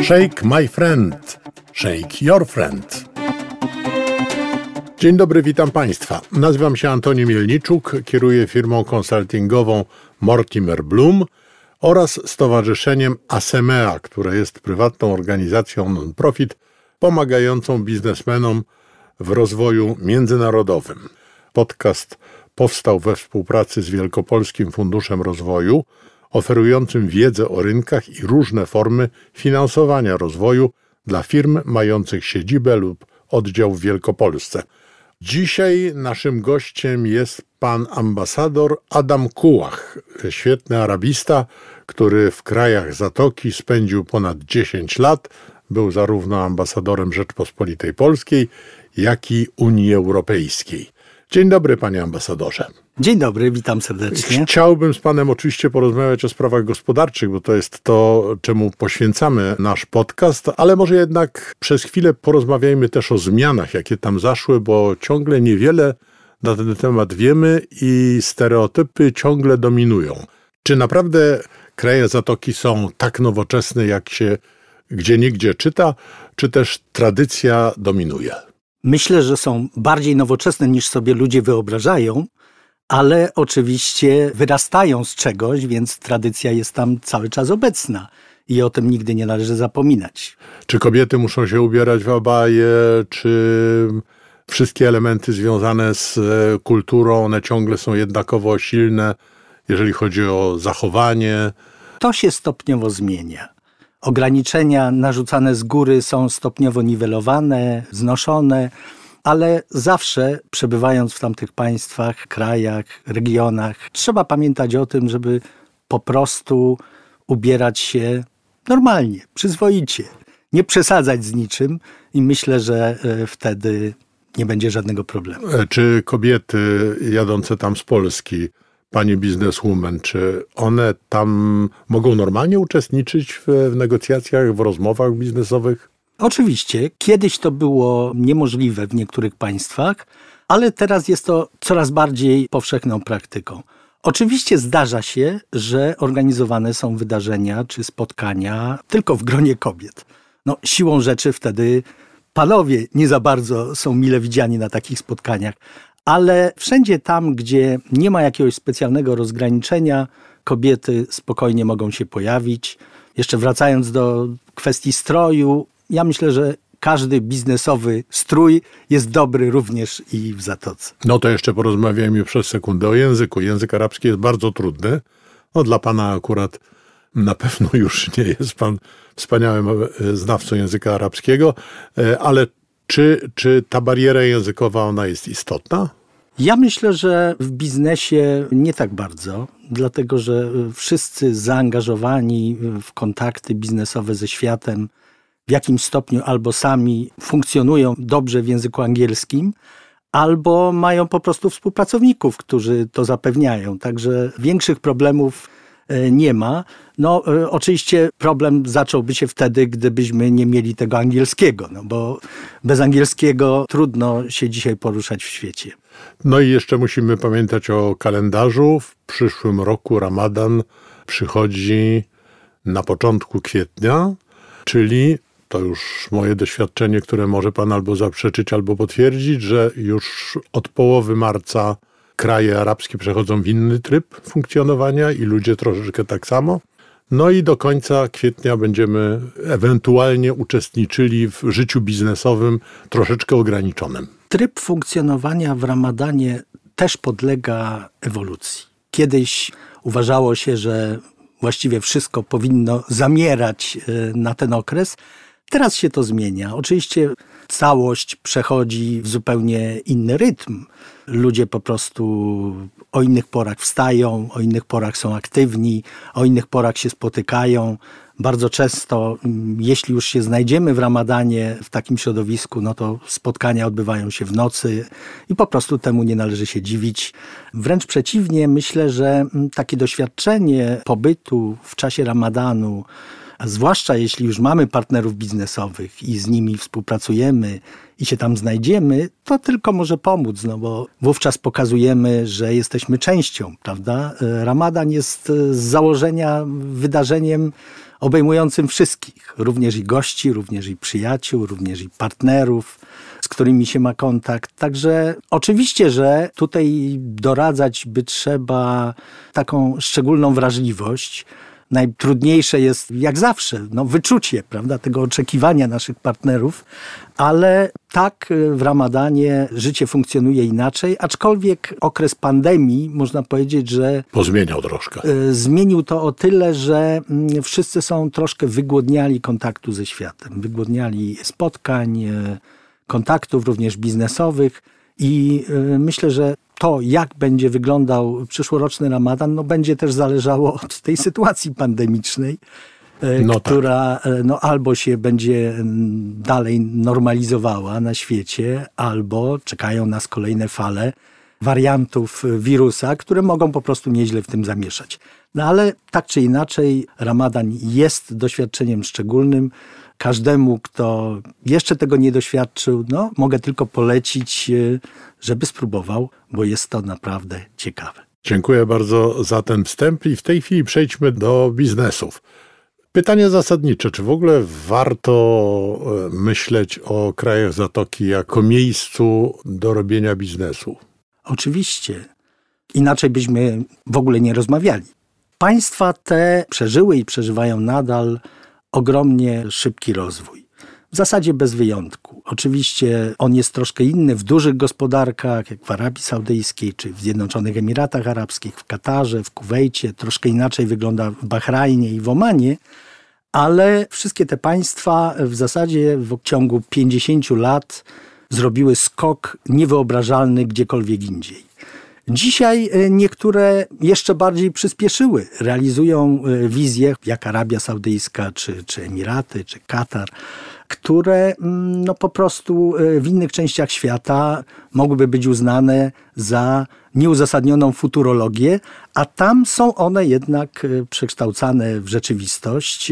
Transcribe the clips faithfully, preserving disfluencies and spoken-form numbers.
Shake my friend, shake your friend. Dzień dobry, witam Państwa. Nazywam się Antoni Mielniczuk, kieruję firmą konsultingową Mortimer Bloom oraz Stowarzyszeniem Asemea, które jest prywatną organizacją non-profit pomagającą biznesmenom w rozwoju międzynarodowym. Podcast powstał we współpracy z Wielkopolskim Funduszem Rozwoju, oferującym wiedzę o rynkach i różne formy finansowania rozwoju dla firm mających siedzibę lub oddział w Wielkopolsce. Dzisiaj naszym gościem jest pan ambasador Adam Kułach, świetny arabista, który w krajach Zatoki spędził ponad dziesięć lat. Był zarówno ambasadorem Rzeczpospolitej Polskiej, jak i Unii Europejskiej. Dzień dobry, panie ambasadorze. Dzień dobry, witam serdecznie. Chciałbym z panem oczywiście porozmawiać o sprawach gospodarczych, bo to jest to, czemu poświęcamy nasz podcast, ale może jednak przez chwilę porozmawiajmy też o zmianach, jakie tam zaszły, bo ciągle niewiele na ten temat wiemy i stereotypy ciągle dominują. Czy naprawdę kraje Zatoki są tak nowoczesne, jak się gdzieniegdzie czyta, czy też tradycja dominuje? Myślę, że są bardziej nowoczesne niż sobie ludzie wyobrażają, ale oczywiście wyrastają z czegoś, więc tradycja jest tam cały czas obecna i o tym nigdy nie należy zapominać. Czy kobiety muszą się ubierać w abaje, czy wszystkie elementy związane z kulturą, one ciągle są jednakowo silne, jeżeli chodzi o zachowanie? To się stopniowo zmienia. Ograniczenia narzucane z góry są stopniowo niwelowane, znoszone, ale zawsze przebywając w tamtych państwach, krajach, regionach, trzeba pamiętać o tym, żeby po prostu ubierać się normalnie, przyzwoicie, nie przesadzać z niczym i myślę, że wtedy nie będzie żadnego problemu. Czy kobiety jadące tam z Polski, pani bizneswoman, czy one tam mogą normalnie uczestniczyć w, w negocjacjach, w rozmowach biznesowych? Oczywiście. Kiedyś to było niemożliwe w niektórych państwach, ale teraz jest to coraz bardziej powszechną praktyką. Oczywiście zdarza się, że organizowane są wydarzenia czy spotkania tylko w gronie kobiet. No, siłą rzeczy wtedy panowie nie za bardzo są mile widziani na takich spotkaniach, ale wszędzie tam, gdzie nie ma jakiegoś specjalnego rozgraniczenia, kobiety spokojnie mogą się pojawić. Jeszcze wracając do kwestii stroju, ja myślę, że każdy biznesowy strój jest dobry również i w Zatoce. No to jeszcze porozmawiajmy przez sekundę o języku. Język arabski jest bardzo trudny. No dla pana akurat na pewno już nie jest pan wspaniałym znawcą języka arabskiego, ale czy, czy ta bariera językowa, ona jest istotna? Ja myślę, że w biznesie nie tak bardzo, dlatego że wszyscy zaangażowani w kontakty biznesowe ze światem w jakimś stopniu albo sami funkcjonują dobrze w języku angielskim, albo mają po prostu współpracowników, którzy to zapewniają. Także większych problemów nie ma. No oczywiście problem zacząłby się wtedy, gdybyśmy nie mieli tego angielskiego, no bo bez angielskiego trudno się dzisiaj poruszać w świecie. No i jeszcze musimy pamiętać o kalendarzu. W przyszłym roku Ramadan przychodzi na początku kwietnia, czyli to już moje doświadczenie, które może pan albo zaprzeczyć, albo potwierdzić, że już od połowy marca kraje arabskie przechodzą w inny tryb funkcjonowania i ludzie troszeczkę tak samo. No i do końca kwietnia będziemy ewentualnie uczestniczyli w życiu biznesowym troszeczkę ograniczonym. Tryb funkcjonowania w Ramadanie też podlega ewolucji. Kiedyś uważało się, że właściwie wszystko powinno zamierać na ten okres. Teraz się to zmienia. Oczywiście całość przechodzi w zupełnie inny rytm. Ludzie po prostu o innych porach wstają, o innych porach są aktywni, o innych porach się spotykają. Bardzo często, jeśli już się znajdziemy w Ramadanie w takim środowisku, no to spotkania odbywają się w nocy i po prostu temu nie należy się dziwić. Wręcz przeciwnie, myślę, że takie doświadczenie pobytu w czasie Ramadanu, a zwłaszcza jeśli już mamy partnerów biznesowych i z nimi współpracujemy i się tam znajdziemy, to tylko może pomóc, no bo wówczas pokazujemy, że jesteśmy częścią, prawda? Ramadan jest z założenia wydarzeniem obejmującym wszystkich, również i gości, również i przyjaciół, również i partnerów, z którymi się ma kontakt. Także oczywiście, że tutaj doradzać by trzeba taką szczególną wrażliwość. Najtrudniejsze jest, jak zawsze, no, wyczucie, prawda, tego oczekiwania naszych partnerów, ale tak w Ramadanie życie funkcjonuje inaczej, aczkolwiek okres pandemii, można powiedzieć, że pozmieniał troszkę. Zmienił to o tyle, że wszyscy są troszkę wygłodniali kontaktu ze światem, wygłodniali spotkań, kontaktów również biznesowych i myślę, że to, jak będzie wyglądał przyszłoroczny Ramadan, no będzie też zależało od tej sytuacji pandemicznej, no która tak. no, albo się będzie dalej normalizowała na świecie, albo czekają nas kolejne fale wariantów wirusa, które mogą po prostu nieźle w tym zamieszać. No ale tak czy inaczej Ramadan jest doświadczeniem szczególnym. Każdemu, kto jeszcze tego nie doświadczył, no, mogę tylko polecić, żeby spróbował, bo jest to naprawdę ciekawe. Dziękuję bardzo za ten wstęp i w tej chwili przejdźmy do biznesów. Pytanie zasadnicze, czy w ogóle warto myśleć o krajach Zatoki jako miejscu do robienia biznesu? Oczywiście. Inaczej byśmy w ogóle nie rozmawiali. Państwa te przeżyły i przeżywają nadal ogromnie szybki rozwój. W zasadzie bez wyjątku. Oczywiście on jest troszkę inny w dużych gospodarkach, jak w Arabii Saudyjskiej, czy w Zjednoczonych Emiratach Arabskich, w Katarze, w Kuwejcie. Troszkę inaczej wygląda w Bahrajnie i w Omanie, ale wszystkie te państwa w zasadzie w ciągu pięćdziesięciu lat zrobiły skok niewyobrażalny gdziekolwiek indziej. Dzisiaj niektóre jeszcze bardziej przyspieszyły, realizują wizje jak Arabia Saudyjska, czy, czy Emiraty, czy Katar, które no, po prostu w innych częściach świata mogłyby być uznane za nieuzasadnioną futurologię, a tam są one jednak przekształcane w rzeczywistość,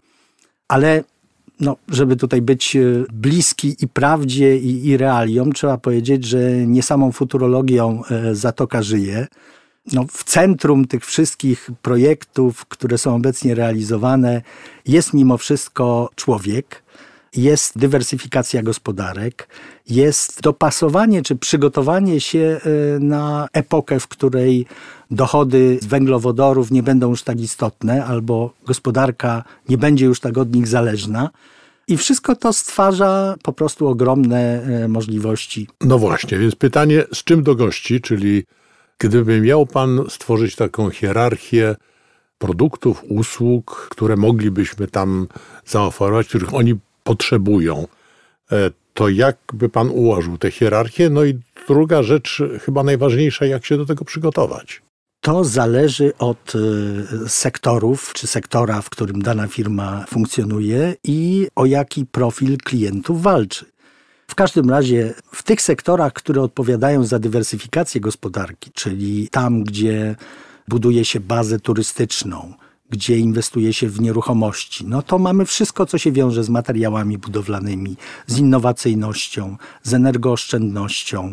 ale no, żeby tutaj być bliski i prawdzie, i, i realiom, trzeba powiedzieć, że nie samą futurologią Zatoka żyje. No, w centrum tych wszystkich projektów, które są obecnie realizowane, jest mimo wszystko człowiek, jest dywersyfikacja gospodarek, jest dopasowanie czy przygotowanie się na epokę, w której dochody z węglowodorów nie będą już tak istotne, albo gospodarka nie będzie już tak od nich zależna. I wszystko to stwarza po prostu ogromne możliwości. No właśnie, więc pytanie, z czym do gości, czyli gdyby miał pan stworzyć taką hierarchię produktów, usług, które moglibyśmy tam zaoferować, których oni potrzebują, to jak by pan ułożył tę hierarchię? No i druga rzecz, chyba najważniejsza, jak się do tego przygotować? To zależy od sektorów, czy sektora, w którym dana firma funkcjonuje i o jaki profil klientów walczy. W każdym razie w tych sektorach, które odpowiadają za dywersyfikację gospodarki, czyli tam, gdzie buduje się bazę turystyczną, gdzie inwestuje się w nieruchomości, no to mamy wszystko, co się wiąże z materiałami budowlanymi, z innowacyjnością, z energooszczędnością,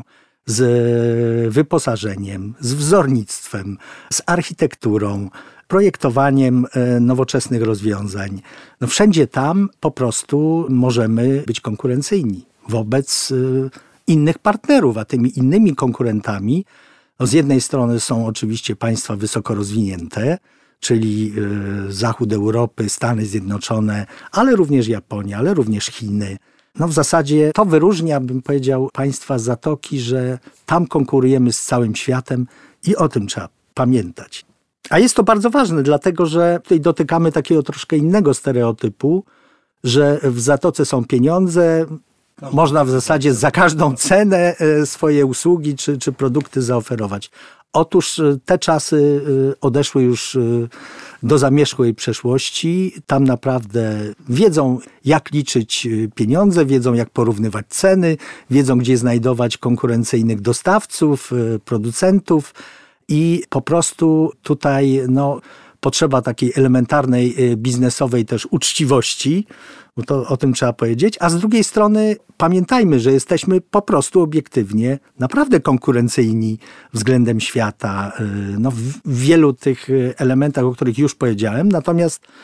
z wyposażeniem, z wzornictwem, z architekturą, projektowaniem nowoczesnych rozwiązań. No wszędzie tam po prostu możemy być konkurencyjni wobec innych partnerów, a tymi innymi konkurentami no z jednej strony są oczywiście państwa wysoko rozwinięte, czyli zachód Europy, Stany Zjednoczone, ale również Japonia, ale również Chiny. No w zasadzie to wyróżnia, bym powiedział, państwa Zatoki, że tam konkurujemy z całym światem i o tym trzeba pamiętać. A jest to bardzo ważne, dlatego że tutaj dotykamy takiego troszkę innego stereotypu, że w Zatoce są pieniądze, można w zasadzie za każdą cenę swoje usługi czy, czy produkty zaoferować. Otóż te czasy odeszły już do zamierzchłej przeszłości. Tam naprawdę wiedzą, jak liczyć pieniądze, wiedzą, jak porównywać ceny, wiedzą, gdzie znajdować konkurencyjnych dostawców, producentów i po prostu tutaj no, potrzeba takiej elementarnej biznesowej też uczciwości, bo to o tym trzeba powiedzieć, a z drugiej strony pamiętajmy, że jesteśmy po prostu obiektywnie naprawdę konkurencyjni względem świata no, w wielu tych elementach, o których już powiedziałem, natomiast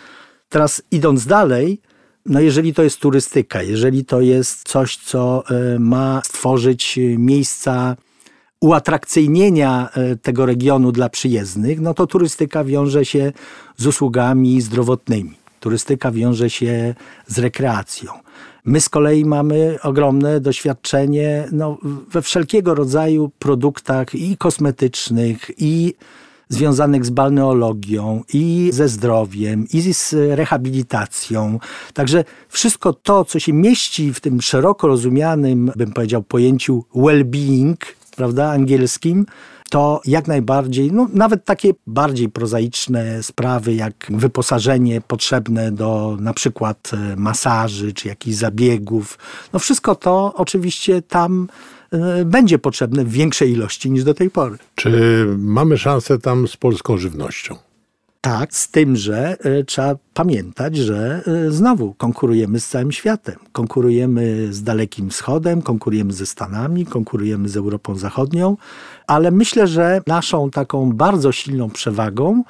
Teraz idąc dalej, no jeżeli to jest turystyka, jeżeli to jest coś, co ma stworzyć miejsca uatrakcyjnienia tego regionu dla przyjezdnych, no to turystyka wiąże się z usługami zdrowotnymi. Turystyka wiąże się z rekreacją. My z kolei mamy ogromne doświadczenie no, we wszelkiego rodzaju produktach i kosmetycznych, i związanych z balneologią, i ze zdrowiem, i z rehabilitacją. Także wszystko to, co się mieści w tym szeroko rozumianym, bym powiedział, pojęciu well-being, prawda, angielskim, to jak najbardziej, no nawet takie bardziej prozaiczne sprawy, jak wyposażenie potrzebne do na przykład masaży, czy jakichś zabiegów, no wszystko to oczywiście tam będzie potrzebne w większej ilości niż do tej pory. Czy mamy szansę tam z polską żywnością? Tak, z tym, że y, trzeba pamiętać, że y, znowu konkurujemy z całym światem. Konkurujemy z Dalekim Wschodem, konkurujemy ze Stanami, konkurujemy z Europą Zachodnią, ale myślę, że naszą taką bardzo silną przewagą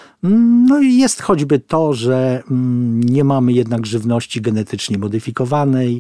no jest choćby to, że mm, nie mamy jednak żywności genetycznie modyfikowanej,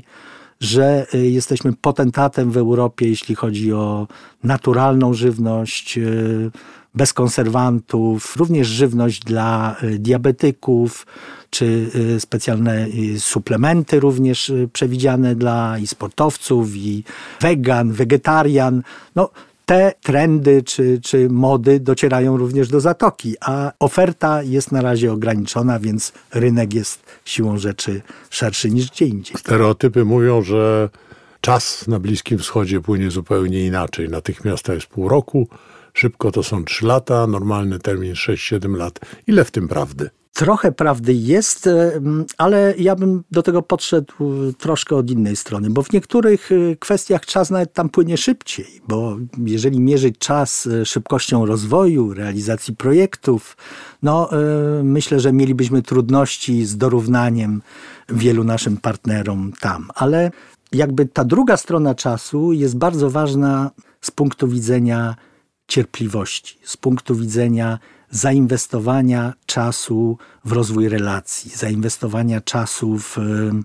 że y, jesteśmy potentatem w Europie, jeśli chodzi o naturalną żywność, y, bez konserwantów, również żywność dla diabetyków, czy specjalne suplementy również przewidziane dla i sportowców, i wegan, wegetarian. No, te trendy czy, czy mody docierają również do Zatoki, a oferta jest na razie ograniczona, więc rynek jest siłą rzeczy szerszy niż gdzie indziej. Stereotypy mówią, że czas na Bliskim Wschodzie płynie zupełnie inaczej. Natychmiast to jest pół roku, szybko to są trzy lata, normalny termin sześć siedem lat. Ile w tym prawdy? Trochę prawdy jest, ale ja bym do tego podszedł troszkę od innej strony, bo w niektórych kwestiach czas nawet tam płynie szybciej, bo jeżeli mierzyć czas szybkością rozwoju, realizacji projektów, no myślę, że mielibyśmy trudności z dorównaniem wielu naszym partnerom tam, ale jakby ta druga strona czasu jest bardzo ważna z punktu widzenia cierpliwości, z punktu widzenia zainwestowania czasu w rozwój relacji, zainwestowania czasu w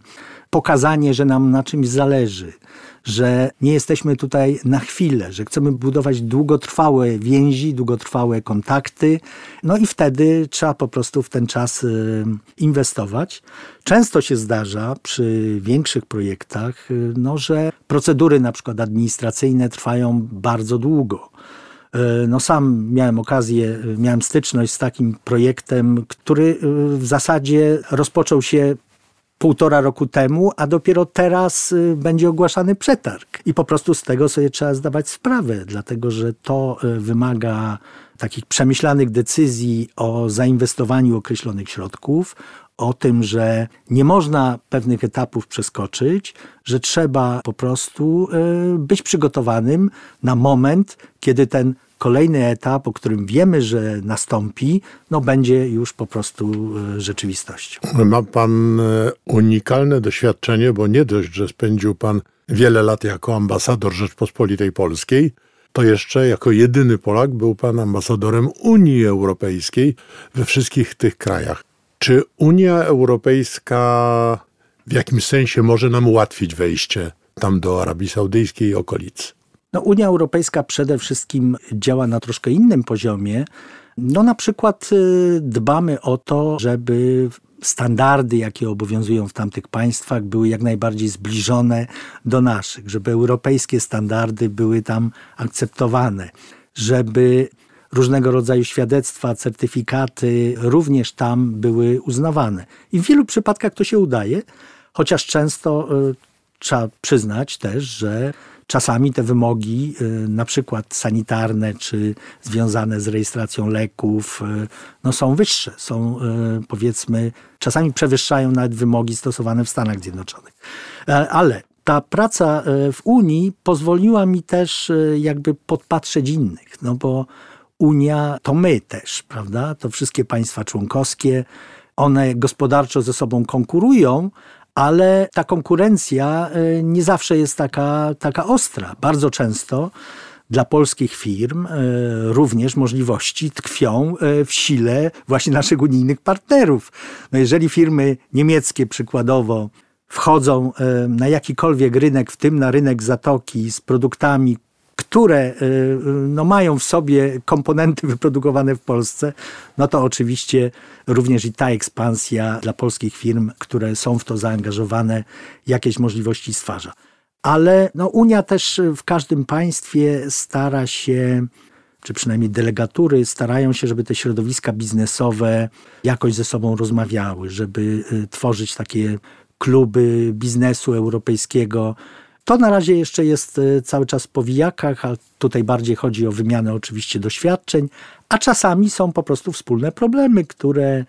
pokazanie, że nam na czymś zależy, że nie jesteśmy tutaj na chwilę, że chcemy budować długotrwałe więzi, długotrwałe kontakty, no i wtedy trzeba po prostu w ten czas inwestować. Często się zdarza przy większych projektach, no, że procedury na przykład administracyjne trwają bardzo długo. No sam miałem okazję, miałem styczność z takim projektem, który w zasadzie rozpoczął się półtora roku temu, a dopiero teraz będzie ogłaszany przetarg. I po prostu z tego sobie trzeba zdawać sprawę, dlatego że to wymaga takich przemyślanych decyzji o zainwestowaniu określonych środków, o tym, że nie można pewnych etapów przeskoczyć, że trzeba po prostu być przygotowanym na moment, kiedy ten kolejny etap, o którym wiemy, że nastąpi, no będzie już po prostu rzeczywistością. Ma pan unikalne doświadczenie, bo nie dość, że spędził pan wiele lat jako ambasador Rzeczpospolitej Polskiej, to jeszcze jako jedyny Polak był pan ambasadorem Unii Europejskiej we wszystkich tych krajach. Czy Unia Europejska w jakimś sensie może nam ułatwić wejście tam do Arabii Saudyjskiej i okolic? No, Unia Europejska przede wszystkim działa na troszkę innym poziomie. No, na przykład dbamy o to, żeby standardy, jakie obowiązują w tamtych państwach, były jak najbardziej zbliżone do naszych, żeby europejskie standardy były tam akceptowane, żeby różnego rodzaju świadectwa, certyfikaty również tam były uznawane. I w wielu przypadkach to się udaje, chociaż często y, trzeba przyznać też, że czasami te wymogi, y, na przykład sanitarne czy związane z rejestracją leków, y, no są wyższe, są y, powiedzmy, czasami przewyższają nawet wymogi stosowane w Stanach Zjednoczonych. E, ale ta praca w Unii pozwoliła mi też y, jakby podpatrzeć innych, no bo Unia to my też, prawda? To wszystkie państwa członkowskie, one gospodarczo ze sobą konkurują, ale ta konkurencja nie zawsze jest taka, taka ostra. Bardzo często dla polskich firm również możliwości tkwią w sile właśnie naszych unijnych partnerów. No jeżeli firmy niemieckie przykładowo wchodzą na jakikolwiek rynek, w tym na rynek Zatoki z produktami, które no, mają w sobie komponenty wyprodukowane w Polsce, no to oczywiście również i ta ekspansja dla polskich firm, które są w to zaangażowane, jakieś możliwości stwarza. Ale no, Unia też w każdym państwie stara się, czy przynajmniej delegatury starają się, żeby te środowiska biznesowe jakoś ze sobą rozmawiały, żeby tworzyć takie kluby biznesu europejskiego. To na razie jeszcze jest cały czas w powijakach, a tutaj bardziej chodzi o wymianę oczywiście doświadczeń, a czasami są po prostu wspólne problemy, które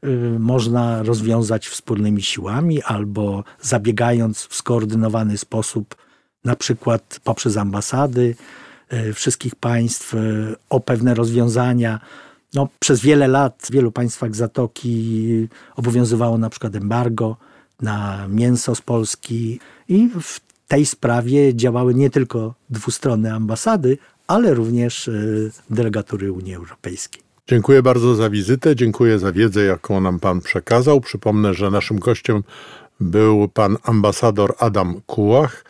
można rozwiązać wspólnymi siłami albo zabiegając w skoordynowany sposób, na przykład poprzez ambasady wszystkich państw o pewne rozwiązania. No, przez wiele lat w wielu państwach Zatoki obowiązywało na przykład embargo na mięso z Polski i w tej sprawie działały nie tylko dwustronne ambasady, ale również delegatury Unii Europejskiej. Dziękuję bardzo za wizytę, dziękuję za wiedzę, jaką nam pan przekazał. Przypomnę, że naszym gościem był pan ambasador Adam Kułach,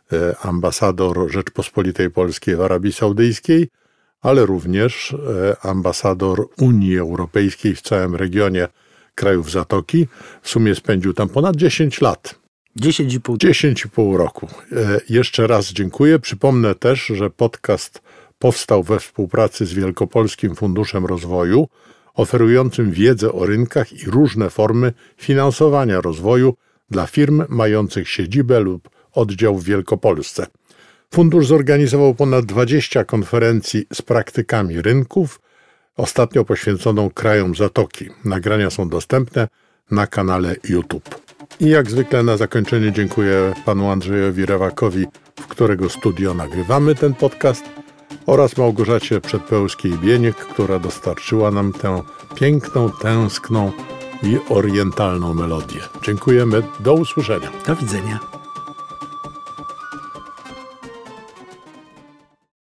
ambasador Rzeczpospolitej Polskiej w Arabii Saudyjskiej, ale również ambasador Unii Europejskiej w całym regionie krajów Zatoki. W sumie spędził tam ponad dziesięć lat. dziesięć i pół. dziesięć i pół roku. Jeszcze raz dziękuję. Przypomnę też, że podcast powstał we współpracy z Wielkopolskim Funduszem Rozwoju, oferującym wiedzę o rynkach i różne formy finansowania rozwoju dla firm mających siedzibę lub oddział w Wielkopolsce. Fundusz zorganizował ponad dwadzieścia konferencji z praktykami rynków, ostatnio poświęconą krajom Zatoki. Nagrania są dostępne na kanale YouTube. I jak zwykle na zakończenie dziękuję panu Andrzejowi Rewakowi, w którego studio nagrywamy ten podcast, oraz Małgorzacie Przedpełskiej-Bieniek, która dostarczyła nam tę piękną, tęskną i orientalną melodię. Dziękujemy, do usłyszenia. Do widzenia.